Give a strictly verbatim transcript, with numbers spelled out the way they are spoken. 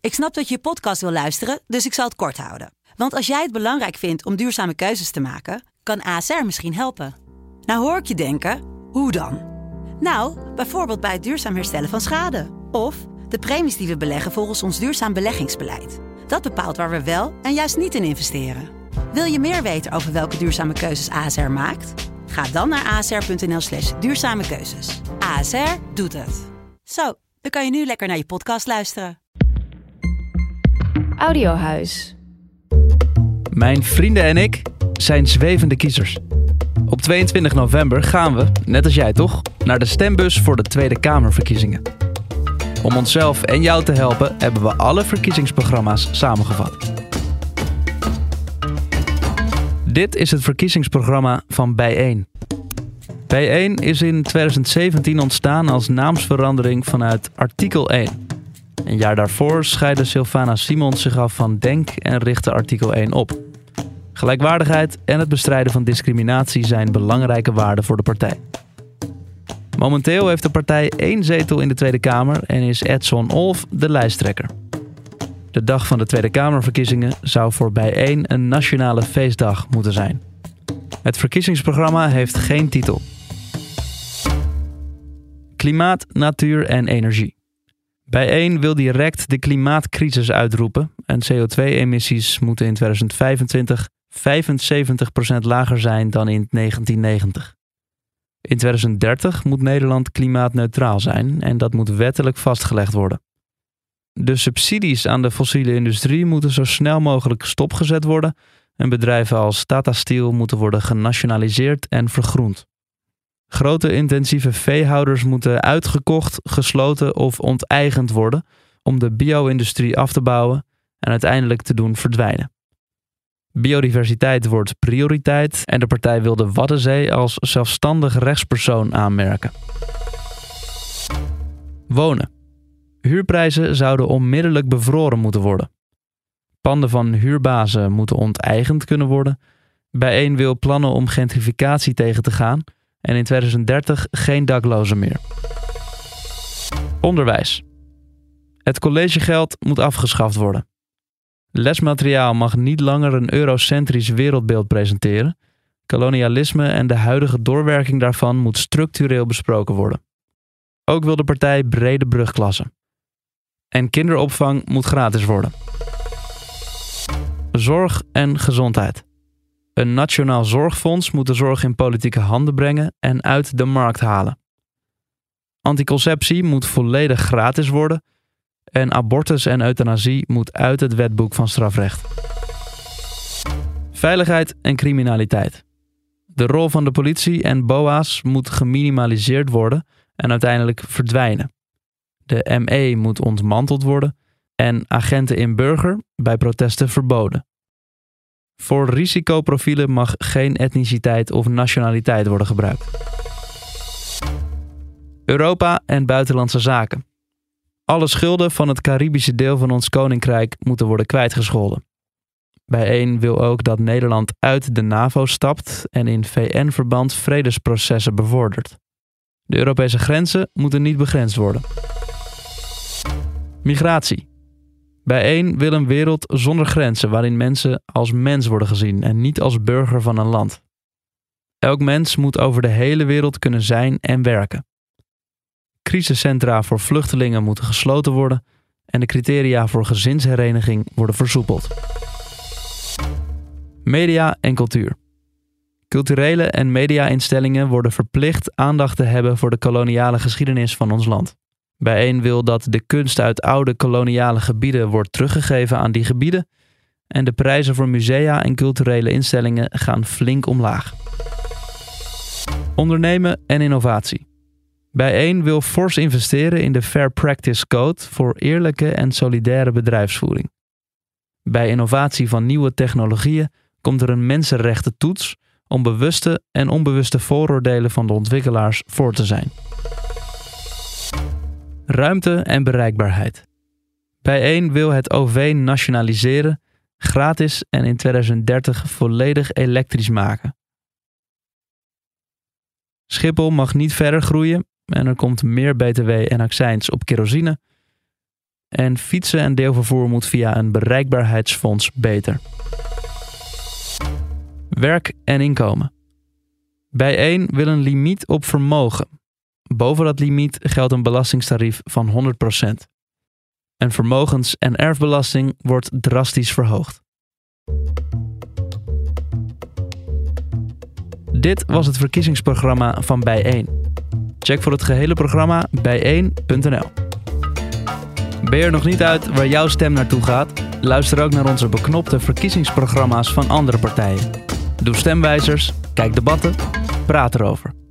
Ik snap dat je je podcast wil luisteren, dus ik zal het kort houden. Want als jij het belangrijk vindt om duurzame keuzes te maken, kan A S R misschien helpen. Nou hoor ik je denken, hoe dan? Nou, bijvoorbeeld bij het duurzaam herstellen van schade. Of de premies die we beleggen volgens ons duurzaam beleggingsbeleid. Dat bepaalt waar we wel en juist niet in investeren. Wil je meer weten over welke duurzame keuzes A S R maakt? Ga dan naar asr.nl slash duurzame keuzes. A S R doet het. Zo, dan kan je nu lekker naar je podcast luisteren. Audiohuis. Mijn vrienden en ik zijn zwevende kiezers. Op tweeëntwintig november gaan we, net als jij toch, naar de stembus voor de Tweede Kamerverkiezingen. Om onszelf en jou te helpen hebben we alle verkiezingsprogramma's samengevat. Dit is het verkiezingsprogramma van Bijeen. Bijeen is in twintig zeventien ontstaan als naamsverandering vanuit artikel één. Een jaar daarvoor scheidde Sylvana Simons zich af van Denk en richtte artikel één op. Gelijkwaardigheid en het bestrijden van discriminatie zijn belangrijke waarden voor de partij. Momenteel heeft de partij één zetel in de Tweede Kamer en is Edson Olf de lijsttrekker. De dag van de Tweede Kamerverkiezingen zou voor Bijeen een nationale feestdag moeten zijn. Het verkiezingsprogramma heeft geen titel. Klimaat, natuur en energie. Bijeen wil direct de klimaatcrisis uitroepen en C O twee emissies moeten in twintig vijfentwintig vijfenzeventig procent lager zijn dan in negentien negentig. In twintig dertig moet Nederland klimaatneutraal zijn en dat moet wettelijk vastgelegd worden. De subsidies aan de fossiele industrie moeten zo snel mogelijk stopgezet worden en bedrijven als Tata Steel moeten worden genationaliseerd en vergroend. Grote intensieve veehouders moeten uitgekocht, gesloten of onteigend worden om de bio-industrie af te bouwen en uiteindelijk te doen verdwijnen. Biodiversiteit wordt prioriteit en de partij wil de Waddenzee als zelfstandig rechtspersoon aanmerken. Wonen. Huurprijzen zouden onmiddellijk bevroren moeten worden. Panden van huurbazen moeten onteigend kunnen worden. Bijeen wil plannen om gentrificatie tegen te gaan en in twintig dertig geen daklozen meer. Onderwijs. Het collegegeld moet afgeschaft worden. Lesmateriaal mag niet langer een eurocentrisch wereldbeeld presenteren. Kolonialisme en de huidige doorwerking daarvan moet structureel besproken worden. Ook wil de partij brede brugklassen. En kinderopvang moet gratis worden. Zorg en gezondheid. Een nationaal zorgfonds moet de zorg in politieke handen brengen en uit de markt halen. Anticonceptie moet volledig gratis worden en abortus en euthanasie moet uit het wetboek van strafrecht. Veiligheid en criminaliteit. De rol van de politie en B O A's moet geminimaliseerd worden en uiteindelijk verdwijnen. De M E moet ontmanteld worden en agenten in burger bij protesten verboden. Voor risicoprofielen mag geen etniciteit of nationaliteit worden gebruikt. Europa en buitenlandse zaken. Alle schulden van het Caribische deel van ons koninkrijk moeten worden kwijtgescholden. Bijeen wil ook dat Nederland uit de NAVO stapt en in V N-verband vredesprocessen bevordert. De Europese grenzen moeten niet begrensd worden. Migratie. Bijeen wil een wereld zonder grenzen waarin mensen als mens worden gezien en niet als burger van een land. Elk mens moet over de hele wereld kunnen zijn en werken. Crisiscentra voor vluchtelingen moeten gesloten worden en de criteria voor gezinshereniging worden versoepeld. Media en cultuur. Culturele en media-instellingen worden verplicht aandacht te hebben voor de koloniale geschiedenis van ons land. Bijeen wil dat de kunst uit oude koloniale gebieden wordt teruggegeven aan die gebieden en de prijzen voor musea en culturele instellingen gaan flink omlaag. Ondernemen en innovatie. Bijeen wil fors investeren in de Fair Practice Code voor eerlijke en solidaire bedrijfsvoering. Bij innovatie van nieuwe technologieën komt er een mensenrechtentoets om bewuste en onbewuste vooroordelen van de ontwikkelaars voor te zijn. Ruimte en bereikbaarheid. Bijeen wil het O V nationaliseren, gratis en in twintig dertig volledig elektrisch maken. Schiphol mag niet verder groeien en er komt meer B T W en accijns op kerosine. En fietsen en deelvervoer moet via een bereikbaarheidsfonds beter. Werk en inkomen. Bijeen wil een limiet op vermogen. Boven dat limiet geldt een belastingtarief van honderd procent. En vermogens- en erfbelasting wordt drastisch verhoogd. Dit was het verkiezingsprogramma van Bijeen. Check voor het gehele programma bijeen punt n l. Ben je er nog niet uit waar jouw stem naartoe gaat? Luister ook naar onze beknopte verkiezingsprogramma's van andere partijen. Doe stemwijzers, kijk debatten, praat erover.